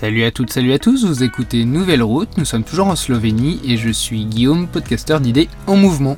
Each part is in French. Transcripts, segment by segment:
Salut à toutes, salut à tous, vous écoutez Nouvelle Route, nous sommes toujours en Slovénie et je suis Guillaume, podcasteur d'idées en mouvement.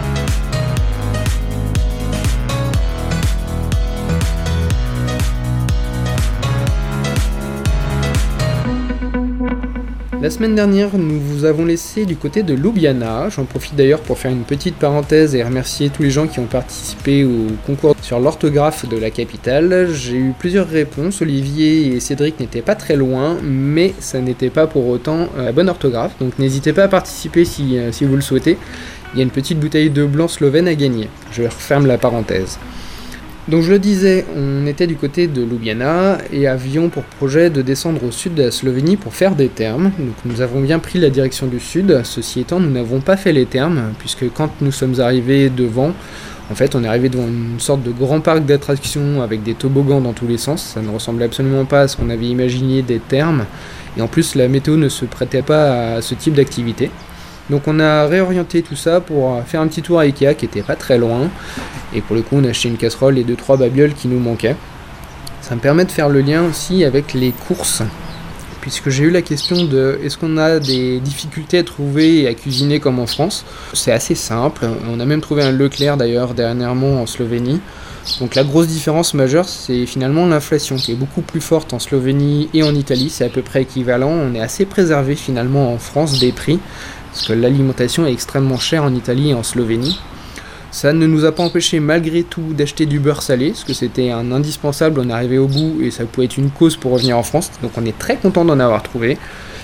La semaine dernière, nous vous avons laissé du côté de Ljubljana. J'en profite d'ailleurs pour faire une petite parenthèse et remercier tous les gens qui ont participé au concours sur l'orthographe de la capitale. J'ai eu plusieurs réponses, Olivier et Cédric n'étaient pas très loin, mais ça n'était pas pour autant la bonne orthographe, donc n'hésitez pas à participer si vous le souhaitez. Il y a une petite bouteille de blanc slovène à gagner. Je referme la parenthèse. Donc je le disais, on était du côté de Ljubljana et avions pour projet de descendre au sud de la Slovénie pour faire des thermes. Donc nous avons bien pris la direction du sud, ceci étant nous n'avons pas fait les thermes puisque quand nous sommes arrivés devant, en fait on est arrivé devant une sorte de grand parc d'attractions avec des toboggans dans tous les sens, ça ne ressemblait absolument pas à ce qu'on avait imaginé des thermes et en plus la météo ne se prêtait pas à ce type d'activité. Donc on a réorienté tout ça pour faire un petit tour à Ikea qui était pas très loin. Et pour le coup on a acheté une casserole et 2-3 babioles qui nous manquaient. Ça me permet de faire le lien aussi avec les courses. Puisque j'ai eu la question de est-ce qu'on a des difficultés à trouver et à cuisiner comme en France. C'est assez simple. On a même trouvé un Leclerc d'ailleurs dernièrement en Slovénie. Donc la grosse différence majeure c'est finalement l'inflation qui est beaucoup plus forte en Slovénie et en Italie. C'est à peu près équivalent. On est assez préservé finalement en France des prix. Parce que l'alimentation est extrêmement chère en Italie et en Slovénie. Ça ne nous a pas empêché malgré tout d'acheter du beurre salé, parce que c'était un indispensable, on est arrivé au bout et ça pouvait être une cause pour revenir en France, donc on est très content d'en avoir trouvé.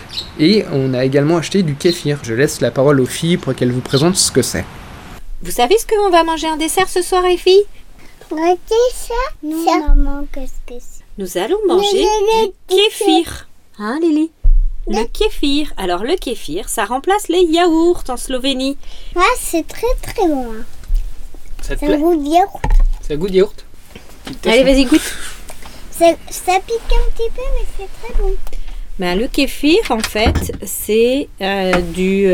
Et on a également acheté du kéfir. Je laisse la parole aux filles pour qu'elles vous présentent ce que c'est. Vous savez ce qu'on va manger en dessert ce soir les filles? Le dessert? Non, maman, qu'est-ce que c'est? Nous allons manger du kéfir. Hein Lily? Le kéfir. Alors le kéfir, ça remplace les yaourts en Slovénie. Ah, c'est très très bon. Ça te Ça plaît? goûte de yaourt. Ça goûte yaourt? Allez, vas-y, goûte. Ça pique un petit peu, mais c'est très bon. Ben, le kéfir, en fait, c'est du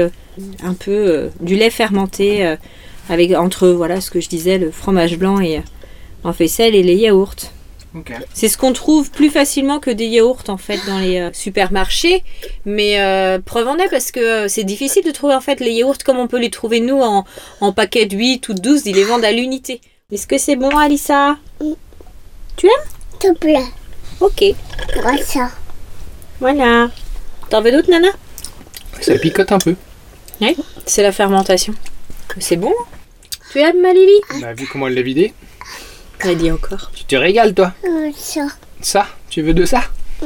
lait fermenté avec entre voilà ce que je disais, le fromage blanc et en faisselle et les yaourts. Ok. C'est ce qu'on trouve plus facilement que des yaourts en fait dans les supermarchés, mais preuve en est parce que c'est difficile de trouver en fait les yaourts comme on peut les trouver nous en paquet de 8 ou de 12, ils les vendent à l'unité. Est-ce que c'est bon Alissa? Tu aimes? S'il te plaît. Ok. Voilà ça. Voilà. T'en veux d'autres Nana? Ça picote un peu. Oui, c'est la fermentation. C'est bon? Tu aimes ma Lily? On a vu comment elle l'a vidé. Elle dit encore. Tu te régales toi. Ça. Ça? Tu veux de ça?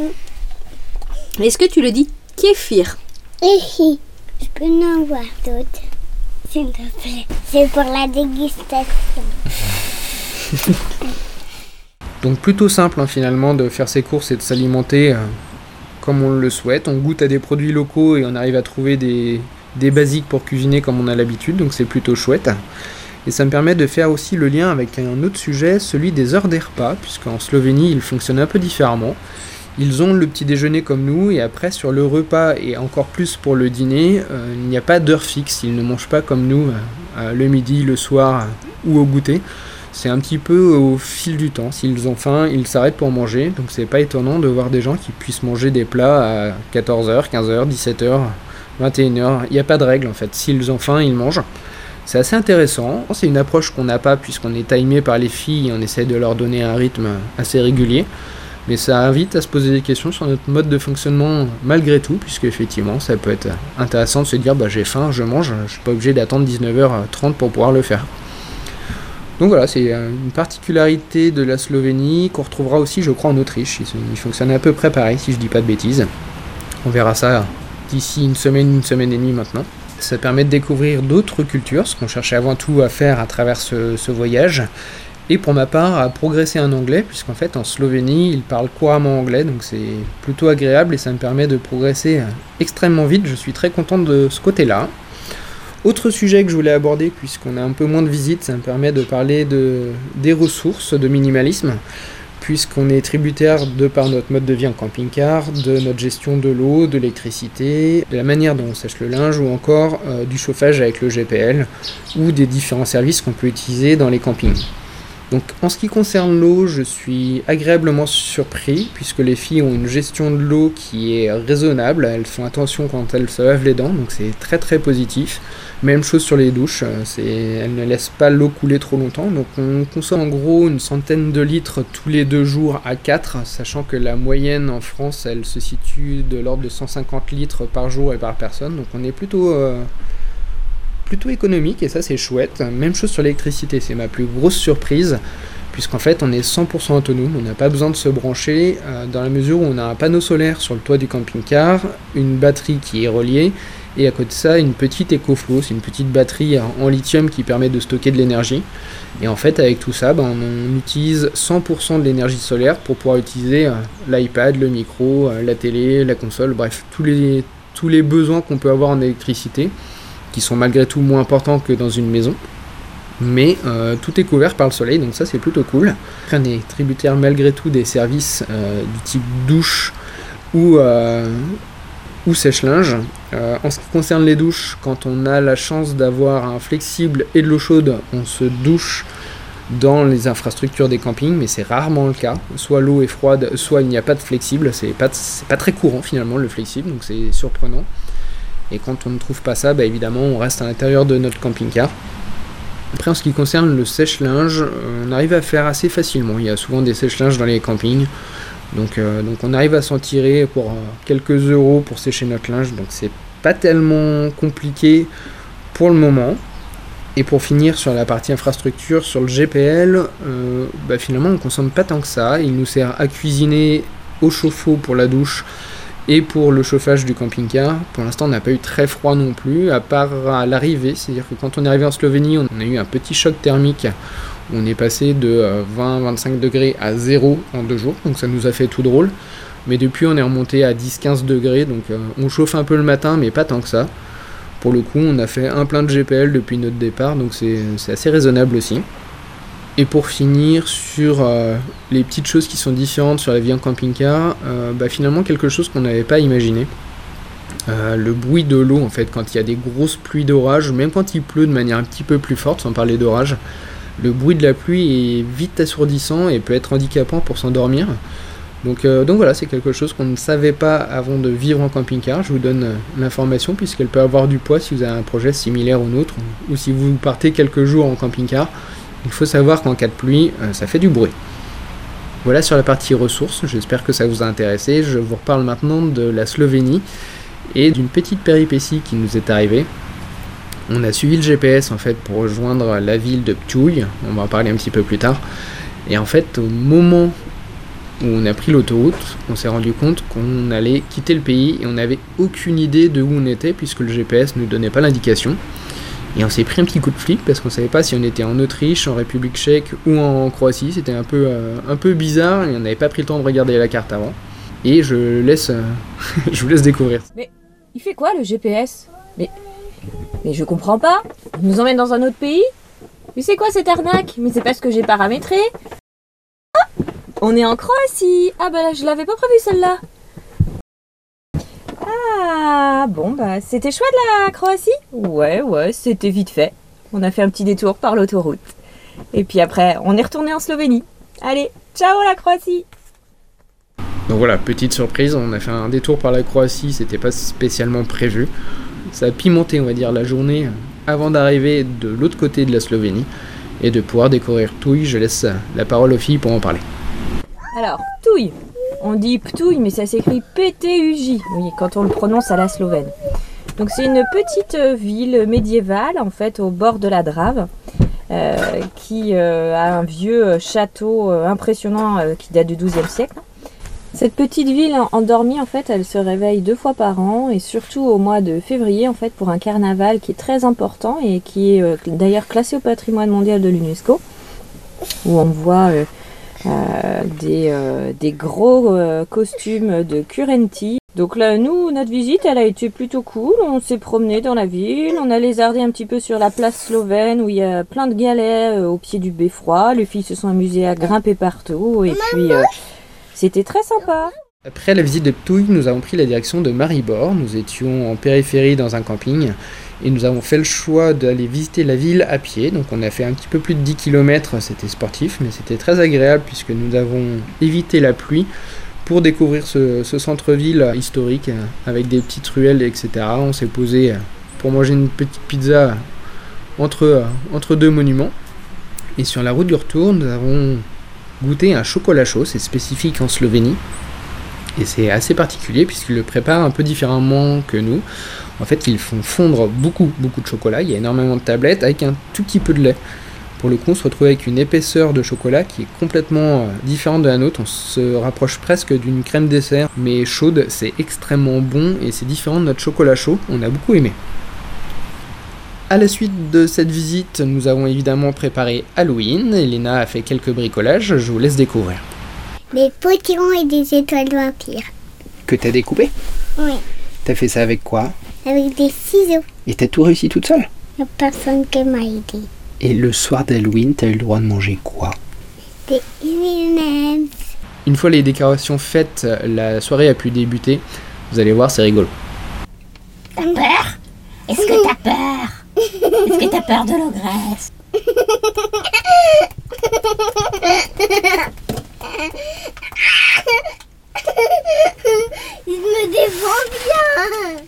Est-ce que tu le dis kéfir? Et si, je peux en avoir d'autres. S'il te plaît. C'est pour la dégustation. Donc plutôt simple finalement de faire ses courses et de s'alimenter comme on le souhaite. On goûte à des produits locaux et on arrive à trouver des basiques pour cuisiner comme on a l'habitude, donc c'est plutôt chouette. Et ça me permet de faire aussi le lien avec un autre sujet, celui des heures des repas, puisqu'en Slovénie ils fonctionnent un peu différemment. Ils ont le petit déjeuner comme nous, et après sur le repas et encore plus pour le dîner, il n'y a pas d'heure fixe, ils ne mangent pas comme nous le midi, le soir ou au goûter. C'est un petit peu au fil du temps, s'ils ont faim, ils s'arrêtent pour manger, donc c'est pas étonnant de voir des gens qui puissent manger des plats à 14h, 15h, 17h, 21h, il n'y a pas de règle en fait, s'ils ont faim, ils mangent. C'est assez intéressant, c'est une approche qu'on n'a pas puisqu'on est timé par les filles et on essaie de leur donner un rythme assez régulier, mais ça invite à se poser des questions sur notre mode de fonctionnement malgré tout, puisque effectivement ça peut être intéressant de se dire j'ai faim, je mange, je suis pas obligé d'attendre 19h30 pour pouvoir le faire. Donc voilà, c'est une particularité de la Slovénie qu'on retrouvera aussi je crois en Autriche, ils fonctionnent à peu près pareil si je dis pas de bêtises. On verra ça d'ici une semaine et demie maintenant. Ça permet de découvrir d'autres cultures, ce qu'on cherchait avant tout à faire à travers ce voyage. Et pour ma part, à progresser en anglais, puisqu'en fait en Slovénie, ils parlent couramment anglais, donc c'est plutôt agréable et ça me permet de progresser extrêmement vite. Je suis très content de ce côté-là. Autre sujet que je voulais aborder, puisqu'on a un peu moins de visites, ça me permet de parler des ressources, de minimalisme. Puisqu'on est tributaire de par notre mode de vie en camping-car, de notre gestion de l'eau, de l'électricité, de la manière dont on sèche le linge ou encore du chauffage avec le GPL ou des différents services qu'on peut utiliser dans les campings. Donc en ce qui concerne l'eau, je suis agréablement surpris puisque les filles ont une gestion de l'eau qui est raisonnable, elles font attention quand elles se lavent les dents, donc c'est très très positif. Même chose sur les douches, elles ne laissent pas l'eau couler trop longtemps, donc on consomme en gros une centaine de litres tous les 2 jours à 4, sachant que la moyenne en France elle se situe de l'ordre de 150 litres par jour et par personne, donc on est plutôt économique et ça c'est chouette. Même chose sur l'électricité, c'est ma plus grosse surprise puisqu'en fait on est 100% autonome, on n'a pas besoin de se brancher dans la mesure où on a un panneau solaire sur le toit du camping-car, une batterie qui est reliée et à côté de ça une petite EcoFlow, c'est une petite batterie en lithium qui permet de stocker de l'énergie et en fait avec tout ça on utilise 100% de l'énergie solaire pour pouvoir utiliser l'iPad, le micro, la télé, la console, bref tous les besoins qu'on peut avoir en électricité qui sont malgré tout moins importants que dans une maison. Mais tout est couvert par le soleil, donc ça c'est plutôt cool. On est tributaire malgré tout des services du type douche ou sèche-linge. En ce qui concerne les douches, quand on a la chance d'avoir un flexible et de l'eau chaude, on se douche dans les infrastructures des campings, mais c'est rarement le cas. Soit l'eau est froide, soit il n'y a pas de flexible. C'est pas très courant finalement le flexible, donc c'est surprenant. Et quand on ne trouve pas ça, évidemment, on reste à l'intérieur de notre camping-car. Après, en ce qui concerne le sèche-linge, on arrive à faire assez facilement. Il y a souvent des sèche-linges dans les campings. Donc on arrive à s'en tirer pour quelques euros pour sécher notre linge. Donc c'est pas tellement compliqué pour le moment. Et pour finir sur la partie infrastructure, sur le GPL, finalement on consomme pas tant que ça. Il nous sert à cuisiner, au chauffe-eau pour la douche, et pour le chauffage du camping-car. Pour l'instant, on n'a pas eu très froid non plus, à part à l'arrivée. C'est-à-dire que quand on est arrivé en Slovénie, on a eu un petit choc thermique. On est passé de 20-25 degrés à 0 en 2 jours, donc ça nous a fait tout drôle. Mais depuis, on est remonté à 10-15 degrés, donc on chauffe un peu le matin, mais pas tant que ça. Pour le coup, on a fait un plein de GPL depuis notre départ, donc c'est assez raisonnable aussi. Et pour finir sur les petites choses qui sont différentes sur la vie en camping-car, finalement quelque chose qu'on n'avait pas imaginé. Le bruit de l'eau en fait quand il y a des grosses pluies d'orage, même quand il pleut de manière un petit peu plus forte, sans parler d'orage, le bruit de la pluie est vite assourdissant et peut être handicapant pour s'endormir. Donc voilà, c'est quelque chose qu'on ne savait pas avant de vivre en camping-car. Je vous donne l'information puisqu'elle peut avoir du poids si vous avez un projet similaire au nôtre ou si vous partez quelques jours en camping-car. Il faut savoir qu'en cas de pluie, ça fait du bruit. Voilà sur la partie ressources, j'espère que ça vous a intéressé. Je vous reparle maintenant de la Slovénie et d'une petite péripétie qui nous est arrivée. On a suivi le GPS en fait pour rejoindre la ville de Ptuj, on va en parler un petit peu plus tard. Et en fait, au moment où on a pris l'autoroute, on s'est rendu compte qu'on allait quitter le pays et on n'avait aucune idée de où on était puisque le GPS ne nous donnait pas l'indication. Et on s'est pris un petit coup de flip parce qu'on savait pas si on était en Autriche, en République tchèque ou en Croatie. C'était un peu bizarre et on n'avait pas pris le temps de regarder la carte avant. Et je vous laisse découvrir. Mais il fait quoi le GPS ? Mais je comprends pas. Il nous emmène dans un autre pays ? Mais c'est quoi cette arnaque ? Mais c'est parce que j'ai paramétré. Ah ! On est en Croatie. Ah là je l'avais pas prévu celle-là. Ah bon c'était chouette la Croatie ? Ouais c'était vite fait. On a fait un petit détour par l'autoroute. Et puis après on est retourné en Slovénie. Allez, ciao la Croatie. Donc voilà, petite surprise, on a fait un détour par la Croatie, c'était pas spécialement prévu. Ça a pimenté on va dire la journée avant d'arriver de l'autre côté de la Slovénie et de pouvoir découvrir Ptuj. Je laisse la parole aux filles pour en parler. Alors, Ptuj. On dit Ptuj, mais ça s'écrit P-T-U-J, oui, quand on le prononce à la slovène. Donc c'est une petite ville médiévale, en fait, au bord de la Drave, qui a un vieux château impressionnant qui date du XIIe siècle. Cette petite ville endormie, en fait, elle se réveille 2 fois par an, et surtout au mois de février, en fait, pour un carnaval qui est très important et qui est d'ailleurs classé au patrimoine mondial de l'UNESCO, où on voit... des gros costumes de Currenti. Donc là, notre visite, elle a été plutôt cool. On s'est promené dans la ville, on a lézardé un petit peu sur la place slovène où il y a plein de galets au pied du beffroi. Les filles se sont amusées à grimper partout et puis c'était très sympa. Après la visite de Ptuj, nous avons pris la direction de Maribor. Nous étions en périphérie dans un camping et nous avons fait le choix d'aller visiter la ville à pied. Donc on a fait un petit peu plus de 10 km, c'était sportif, mais c'était très agréable puisque nous avons évité la pluie pour découvrir ce centre-ville historique avec des petites ruelles, etc. On s'est posé pour manger une petite pizza entre deux monuments. Et sur la route du retour, nous avons goûté un chocolat chaud, c'est spécifique en Slovénie. Et c'est assez particulier puisqu'ils le préparent un peu différemment que nous. En fait, ils font fondre beaucoup de chocolat. Il y a énormément de tablettes avec un tout petit peu de lait. Pour le coup, on se retrouve avec une épaisseur de chocolat qui est complètement différente de la nôtre. On se rapproche presque d'une crème dessert, mais chaude. C'est extrêmement bon et c'est différent de notre chocolat chaud. On a beaucoup aimé. À la suite de cette visite, nous avons évidemment préparé Halloween. Elena a fait quelques bricolages. Je vous laisse découvrir. Des potirons et des étoiles vampires. Que t'as découpé ? Oui. T'as fait ça avec quoi ? Avec des ciseaux. Et t'as tout réussi toute seule ? Il n'y a personne qui m'a aidé. Et le soir d'Halloween, t'as eu le droit de manger quoi ? Des M&M's. Une fois les décorations faites, la soirée a pu débuter. Vous allez voir, c'est rigolo. T'as peur ? Est-ce que t'as peur ? Est-ce que t'as peur de l'ogresse ? Il me défend bien.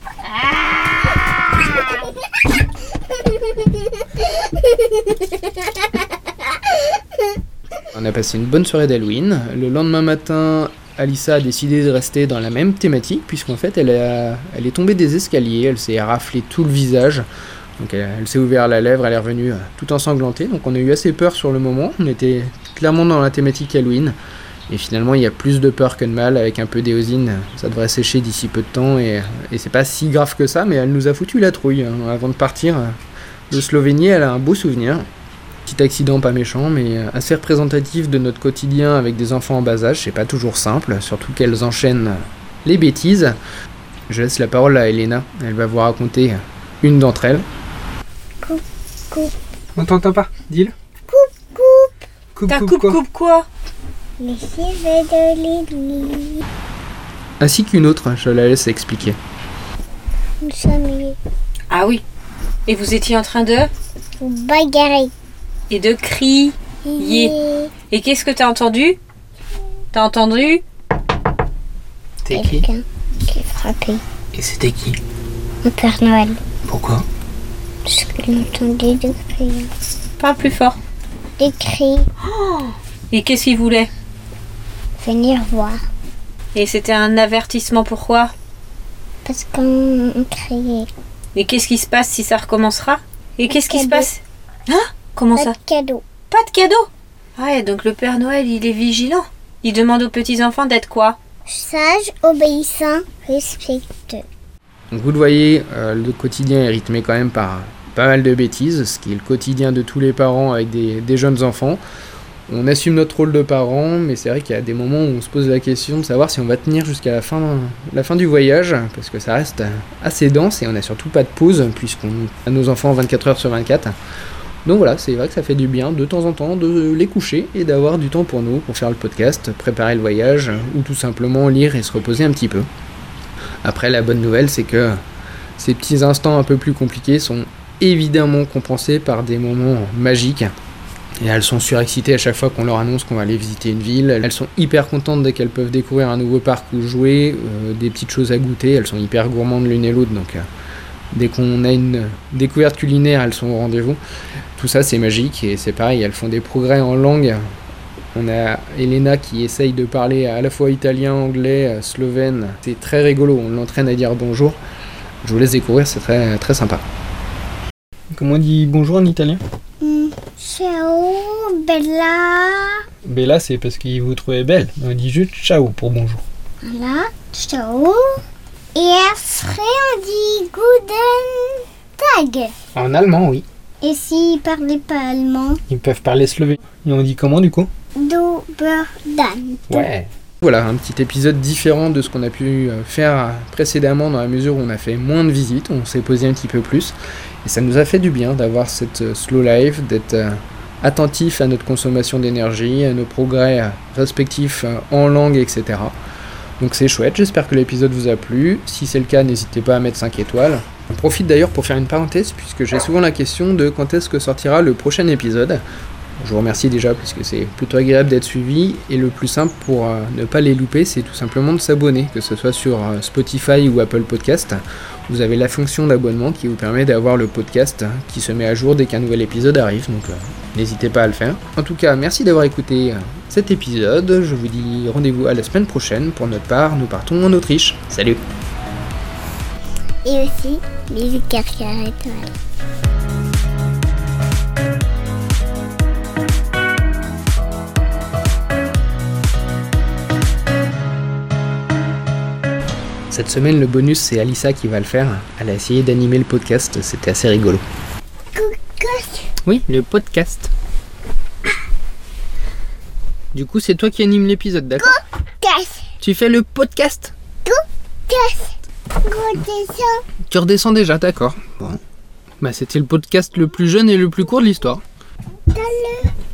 On a passé une bonne soirée d'Halloween. Le lendemain matin, Alissa a décidé de rester dans la même thématique puisqu'en fait elle est tombée des escaliers, elle s'est raflé tout le visage. Donc elle s'est ouvert la lèvre, elle est revenue tout ensanglantée. Donc on a eu assez peur sur le moment. On était clairement dans la thématique Halloween. Et finalement, il y a plus de peur que de mal. Avec un peu d'éosine, ça devrait sécher d'ici peu de temps. Et c'est pas si grave que ça, mais elle nous a foutu la trouille. Avant de partir de Slovénie, elle a un beau souvenir. Petit accident pas méchant, mais assez représentatif de notre quotidien avec des enfants en bas âge. C'est pas toujours simple, surtout qu'elles enchaînent les bêtises. Je laisse la parole à Elena. Elle va vous raconter une d'entre elles. Coupe. On t'entend pas, dis-le. Coupe quoi ? Les cheveux de Lily. Ainsi qu'une autre, je la laisse expliquer. Nous sommes Ah oui. Et vous étiez en train de bagarrer. Et de crier. Et qu'est-ce que t'as entendu ? T'as entendu ? T'es qui ? Quelqu'un qui frappait. Et c'était qui ? Le Père Noël. Pourquoi ? Parce qu'il entendait des cris. Parle plus fort. Des cris. Et qu'est-ce qu'il voulait ? Venir voir. Et c'était un avertissement, pourquoi ? Parce qu'on criait. Et qu'est-ce qui se passe si ça recommencera ? Et qu'est-ce qui se cadeau. passe ? Hein ? Comment Pas ça ? de cadeau. Pas de cadeau ? Ouais, donc le Père Noël, il est vigilant. Il demande aux petits-enfants d'être quoi ? Sage, obéissant, respectueux. Donc vous le voyez, le quotidien est rythmé quand même par pas mal de bêtises, ce qui est le quotidien de tous les parents avec des jeunes enfants. On assume notre rôle de parent, mais c'est vrai qu'il y a des moments où on se pose la question de savoir si on va tenir jusqu'à la fin du voyage, parce que ça reste assez dense et on n'a surtout pas de pause, puisqu'on a nos enfants 24 heures sur 24. Donc voilà, c'est vrai que ça fait du bien de temps en temps de les coucher et d'avoir du temps pour nous, pour faire le podcast, préparer le voyage, ou tout simplement lire et se reposer un petit peu. Après, la bonne nouvelle, c'est que ces petits instants un peu plus compliqués sont évidemment compensés par des moments magiques. Et elles sont surexcitées à chaque fois qu'on leur annonce qu'on va aller visiter une ville. Elles sont hyper contentes dès qu'elles peuvent découvrir un nouveau parc où jouer, des petites choses à goûter. Elles sont hyper gourmandes l'une et l'autre, donc dès qu'on a une découverte culinaire, elles sont au rendez-vous. Tout ça, c'est magique et c'est pareil, elles font des progrès en langue. On a Elena qui essaye de parler à la fois italien, anglais, slovène. C'est très rigolo, on l'entraîne à dire bonjour. Je vous laisse découvrir, c'est très, très sympa. Comment on dit bonjour en italien ? Ciao, Bella. Bella, c'est parce qu'il vous trouvait belle. On dit juste ciao pour bonjour. Voilà, ciao. Et après, on dit Guten Tag. En allemand, oui. Et s'ils parlaient pas allemand, Ils peuvent parler slovène. Et on dit comment du coup ? Doberdan. Ouais. Voilà, un petit épisode différent de ce qu'on a pu faire précédemment dans la mesure où on a fait moins de visites, on s'est posé un petit peu plus. Et ça nous a fait du bien d'avoir cette slow life, d'être attentif à notre consommation d'énergie, à nos progrès respectifs en langue, etc. Donc c'est chouette, j'espère que l'épisode vous a plu. Si c'est le cas, n'hésitez pas à mettre 5 étoiles. On profite d'ailleurs pour faire une parenthèse, puisque j'ai souvent la question de quand est-ce que sortira le prochain épisode. Je vous remercie déjà, parce que c'est plutôt agréable d'être suivi, et le plus simple pour ne pas les louper, c'est tout simplement de s'abonner, que ce soit sur Spotify ou Apple Podcast. Vous avez la fonction d'abonnement qui vous permet d'avoir le podcast qui se met à jour dès qu'un nouvel épisode arrive, donc n'hésitez pas à le faire. En tout cas, merci d'avoir écouté cet épisode, je vous dis rendez-vous à la semaine prochaine. Pour notre part, nous partons en Autriche. Salut! Et aussi, bisous Carcar étoile. Cette semaine, le bonus, c'est Alissa qui va le faire. Elle a essayé d'animer le podcast, c'était assez rigolo. Oui, le podcast. Du coup, c'est toi qui anime l'épisode, d'accord? Tu fais le podcast? Tu redescends déjà, d'accord. Bon. Bah, c'était le podcast le plus jeune et le plus court de l'histoire.